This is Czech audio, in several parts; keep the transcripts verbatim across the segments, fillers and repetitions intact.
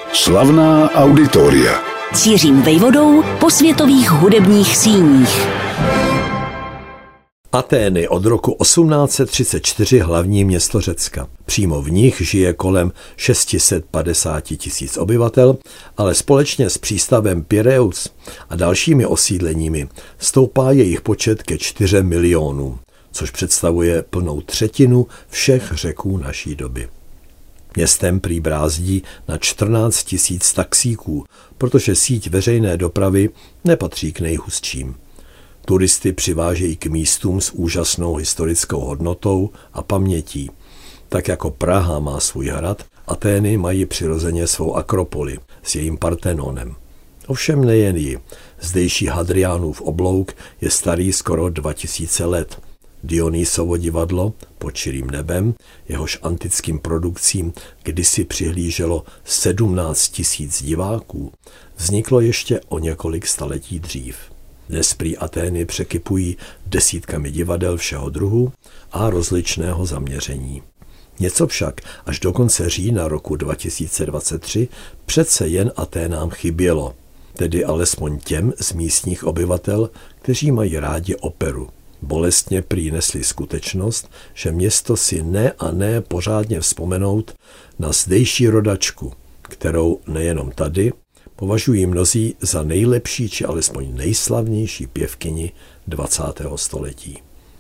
Slavná auditoria. Cířím vejvodou po světových hudebních síních. Atény od roku osmnáct set třicet čtyři hlavní město Řecka. Přímo v nich žije kolem šest set padesát tisíc obyvatel, ale společně s přístavem Pireus a dalšími osídleními stoupá jejich počet ke čtyřem milionům, což představuje plnou třetinu všech Řeků naší doby. Městem prý brázdí na čtrnáct tisíc taxíků, protože síť veřejné dopravy nepatří k nejhustším. Turisty přivážejí k místům s úžasnou historickou hodnotou a pamětí. Tak jako Praha má svůj hrad, Atény mají přirozeně svou Akropoli s jejím Partenonem. Ovšem nejen ji. Zdejší Hadriánův oblouk je starý skoro dva tisíce let. Dionýsovo divadlo pod čirým nebem, jehož antickým produkcím kdysi přihlíželo sedmnáct tisíc diváků, vzniklo ještě o několik staletí dřív. Dnes prý Atény překypují desítkami divadel všeho druhu a rozličného zaměření. Něco však až do konce října roku dva tisíce dvacet tři přece jen Aténám chybělo, tedy alespoň těm z místních obyvatel, kteří mají rádi operu. Bolestně prý nesli skutečnost, že město si ne a ne pořádně vzpomenout na zdejší rodačku, kterou nejenom tady považují mnozí za nejlepší či alespoň nejslavnější pěvkyni dvacátého století.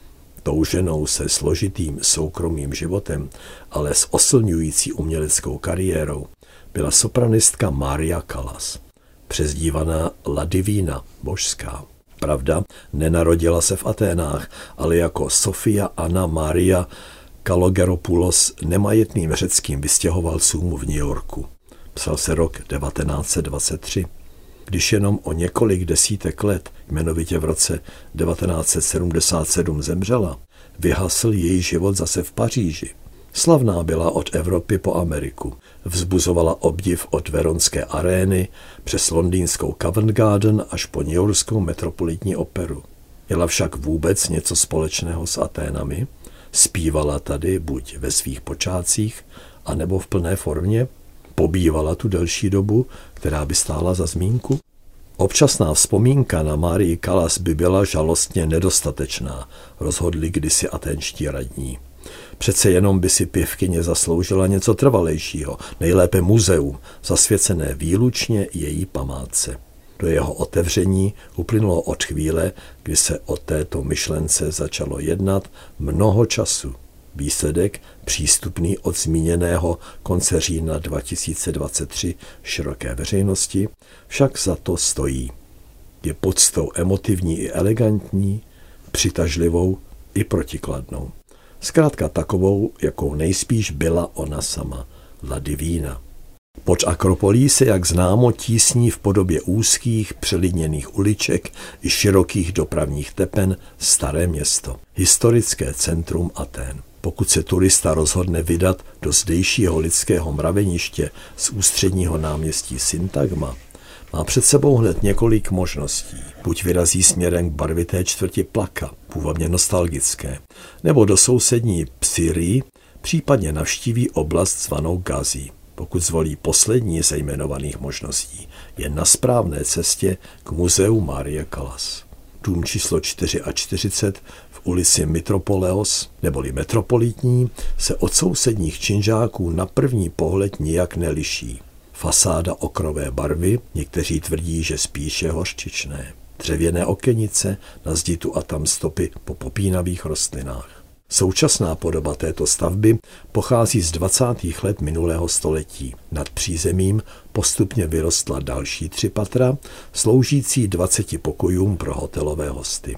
Tou ženou se složitým soukromým životem, ale s oslňující uměleckou kariérou byla sopranistka Maria Callas, přezdívaná La Divina, božská. Pravda, nenarodila se v Aténách, ale jako Sofia Anna Maria Kalogeropoulos nemajetným řeckým vystěhovalcům v New Yorku. Psal se rok devatenáct set dvacet tři. Když jenom o několik desítek let, jmenovitě v roce devatenáct set sedmdesát sedm zemřela, vyhasl její život zase v Paříži. Slavná byla od Evropy po Ameriku. Vzbuzovala obdiv od Veronské arény přes londýnskou Covent Garden až po newyorskou metropolitní operu. Měla však vůbec něco společného s Aténami? Zpívala tady buď ve svých počátcích, anebo v plné formě? Pobývala tu delší dobu, která by stála za zmínku? Občasná vzpomínka na Marii Callas by byla žalostně nedostatečná, rozhodli kdysi athénští radní. Přece jenom by si pěvkyně zasloužila něco trvalejšího, nejlépe muzeum, zasvěcené výlučně její památce. Do jeho otevření uplynulo od chvíle, kdy se o této myšlence začalo jednat, mnoho času. Výsledek, přístupný od zmíněného konce října dva tisíce dvacet tři široké veřejnosti, však za to stojí. Je poctou emotivní i elegantní, přitažlivou i protikladnou. Zkrátka takovou, jakou nejspíš byla ona sama, La Divina. Pod Akropolí se, jak známo, tísní v podobě úzkých, přelidněných uliček i širokých dopravních tepen staré město, historické centrum Atén. Pokud se turista rozhodne vydat do zdejšího lidského mraveniště z ústředního náměstí Syntagma, má před sebou hned několik možností. Buď vyrazí směrem k barvité čtvrti Plaka, původně nostalgické, nebo do sousední Psyrii, případně navštíví oblast zvanou Gazi. Pokud zvolí poslední ze jmenovaných možností, je na správné cestě k muzeu Marie Callas. Dům číslo čtyřicet čtyři v ulici Mitropoleos, neboli Metropolitní, se od sousedních činžáků na první pohled nijak neliší. Fasáda okrové barvy, někteří tvrdí, že spíše hořčičné. Dřevěné okenice, na zdi tu a tam stopy po popínavých rostlinách. Současná podoba této stavby pochází z dvacátých let minulého století. Nad přízemím postupně vyrostla další tři patra, sloužící dvaceti pokojům pro hotelové hosty.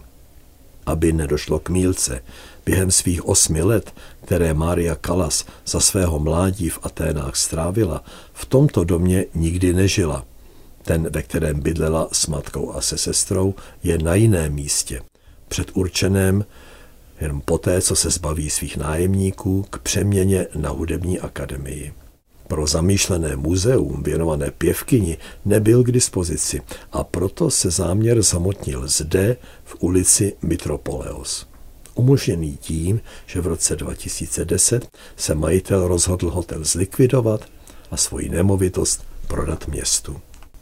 Aby nedošlo k mýlce, během svých osmi let, které Maria Callas za svého mládí v Aténách strávila, v tomto domě nikdy nežila. Ten, ve kterém bydlela s matkou a se sestrou, je na jiném místě, předurčeném jen poté, co se zbaví svých nájemníků, k přeměně na hudební akademii. Pro zamýšlené muzeum věnované pěvkyni nebyl k dispozici a proto se záměr zamotnil zde v ulici Mitropoleos. Umožněný tím, že v roce dva tisíce deset se majitel rozhodl hotel zlikvidovat a svoji nemovitost prodat městu.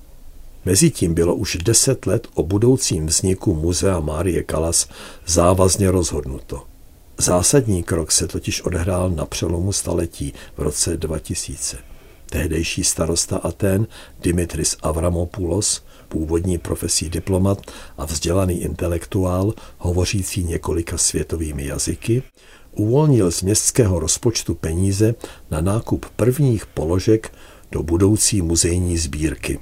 Mezitím bylo už deset let o budoucím vzniku muzea Marie Callas závazně rozhodnuto. Zásadní krok se totiž odehrál na přelomu staletí v roce dva tisíce. Tehdejší starosta Athén Dimitris Avramopoulos, původní profesí diplomat a vzdělaný intelektuál hovořící několika světovými jazyky, uvolnil z městského rozpočtu peníze na nákup prvních položek do budoucí muzejní sbírky.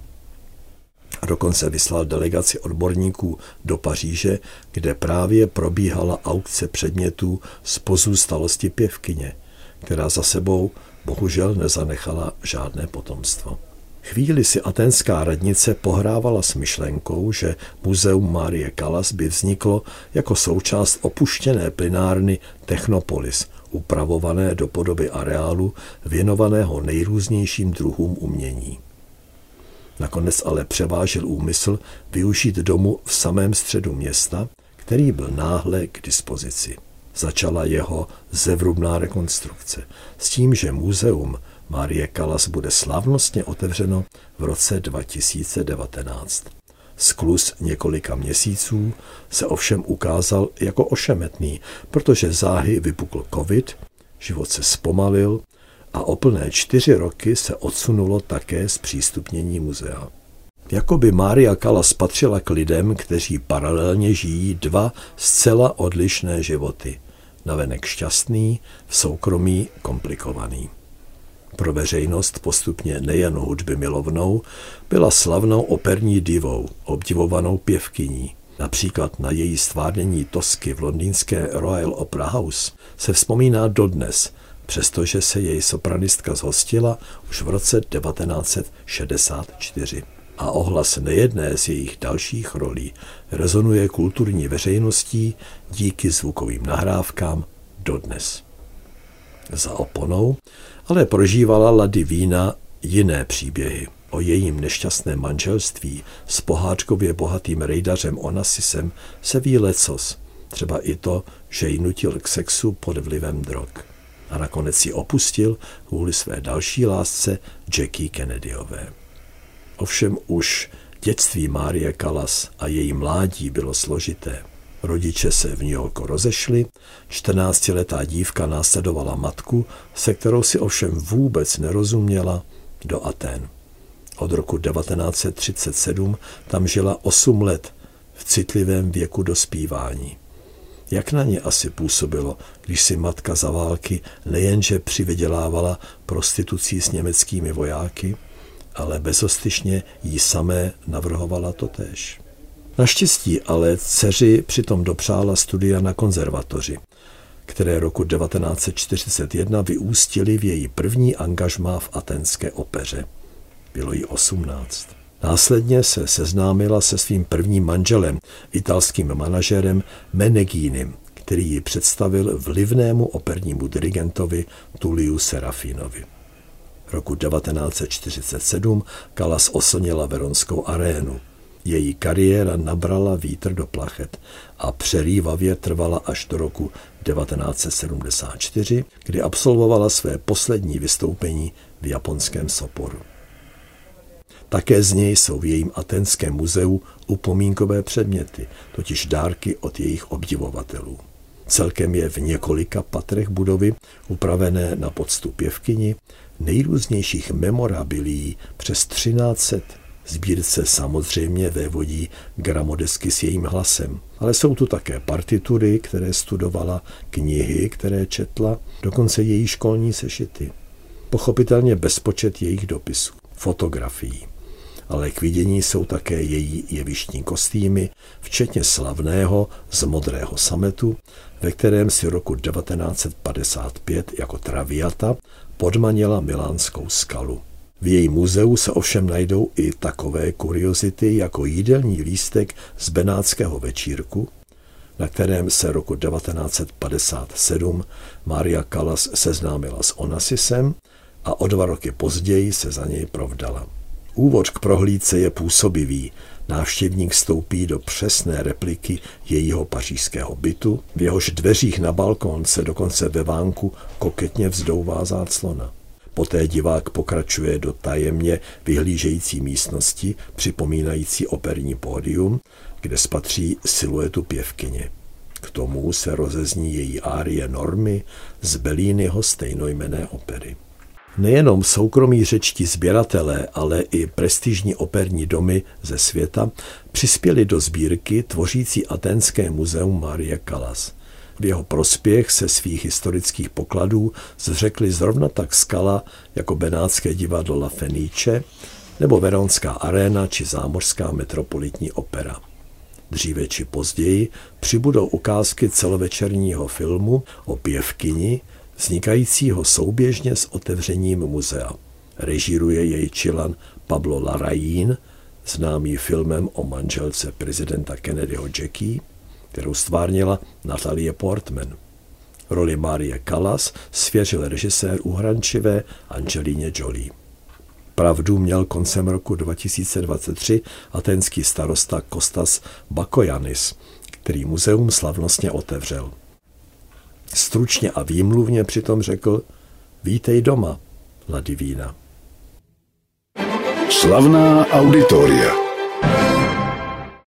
A dokonce vyslal delegaci odborníků do Paříže, kde právě probíhala aukce předmětů z pozůstalosti pěvkyně, která za sebou bohužel nezanechala žádné potomstvo. Chvíli si aténská radnice pohrávala s myšlenkou, že muzeum Marie Callas by vzniklo jako součást opuštěné plynárny Technopolis, upravované do podoby areálu věnovaného nejrůznějším druhům umění. Nakonec ale převážil úmysl využít domu v samém středu města, který byl náhle k dispozici. Začala jeho zevrubná rekonstrukce s tím, že muzeum Marie Callas bude slavnostně otevřeno v roce dva tisíce devatenáct. Skluz několika měsíců se ovšem ukázal jako ošemetný, protože záhy vypukl covid, život se zpomalil a o plné čtyři roky se odsunulo také zpřístupnění muzea. Jakoby Maria Callas patřila k lidem, kteří paralelně žijí dva zcela odlišné životy. Navenek šťastný, v soukromí komplikovaný. Pro veřejnost postupně nejen hudby milovnou, byla slavnou operní divou, obdivovanou pěvkyní. Například na její stvárnění Tosky v londýnské Royal Opera House se vzpomíná dodnes, přestože se její sopranistka zhostila už v roce devatenáct set šedesát čtyři. A ohlas nejedné z jejich dalších rolí rezonuje kulturní veřejností díky zvukovým nahrávkám dodnes. Za oponou ale prožívala La Divina jiné příběhy. O jejím nešťastném manželství s pohádkově bohatým rejdařem Onassisem se ví lecos, třeba i to, že ji nutil k sexu pod vlivem drog. A nakonec ji opustil kvůli své další lásce Jackie Kennedyové. Ovšem už dětství Marie Callas a její mládí bylo složité. Rodiče se v New Yorku rozešli, čtrnáctiletá dívka následovala matku, se kterou si ovšem vůbec nerozuměla, do Athén. Od roku devatenáct set třicet sedm tam žila osm let v citlivém věku dospívání. Jak na ně asi působilo, když si matka za války nejenže přivydělávala prostitucí s německými vojáky, ale bezostyšně jí samé navrhovala totéž. Naštěstí ale dceři přitom dopřála studia na konzervatoři, které roku devatenáct set čtyřicet jedna vyústily v její první angažmá v Athénské opeře. Bylo jí osmnáct. Následně se seznámila se svým prvním manželem, italským manažerem Meneghinim, který ji představil vlivnému opernímu dirigentovi Tulliu Serafinovi. Roku devatenáct set čtyřicet sedm Callas oslnila Veronskou arénu. Její kariéra nabrala vítr do plachet a přerývavě trvala až do roku devatenáct set sedmdesát čtyři, kdy absolvovala své poslední vystoupení v japonském Sopporu. Také z něj jsou v jejím Athénském muzeu upomínkové předměty, totiž dárky od jejich obdivovatelů. Celkem je v několika patrech budovy, upravené na poctu pěvkyni, nejrůznějších memorabilií přes třináct set. Sbírce samozřejmě vévodí gramodesky s jejím hlasem, ale jsou tu také partitury, které studovala, knihy, které četla, dokonce její školní sešity. Pochopitelně bezpočet jejich dopisů, fotografií. Ale k vidění jsou také její jevištní kostýmy, včetně slavného z modrého sametu, ve kterém si roku devatenáct set padesát pět jako Traviata podmanila milánskou Skalu. V jejím muzeu se ovšem najdou i takové kuriozity jako jídelní lístek z benátského večírku, na kterém se roku devatenáct set padesát sedm Maria Callas seznámila s Onassisem a o dva roky později se za něj provdala. Úvod k prohlídce je působivý. Návštěvník vstoupí do přesné repliky jejího pařížského bytu, v jehož dveřích na balkón se dokonce ve vánku koketně vzdouvá záclona. Poté divák pokračuje do tajemně vyhlížející místnosti, připomínající operní pódium, kde spatří siluetu pěvkyně. K tomu se rozezní její árie Normy z Belliniho stejnojmenné opery. Nejenom soukromí řečtí sběratelé, ale i prestižní operní domy ze světa přispěli do sbírky tvořící Athénské muzeum Marie Callas. V jeho prospěch se svých historických pokladů zřekli zrovna tak Scala jako Benátské divadlo La Fenice nebo Veronská aréna či Zámořská metropolitní opera. Dříve či později přibudou ukázky celovečerního filmu o pěvkyni, vznikajícího souběžně s otevřením muzea. Režíruje jej Chilan Pablo Larraín, známý filmem o manželce prezidenta Kennedyho Jackie, kterou stvárnila Natalie Portman. Roli Marie Callas svěřil režisér uhrančivé Angelíně Jolie. Pravdu měl koncem roku dva tisíce dvacet tři athénský starosta Kostas Bakoyannis, který muzeum slavnostně otevřel. Stručně a výmluvně přitom řekl: vítej doma, La Divina. Slavná auditoria.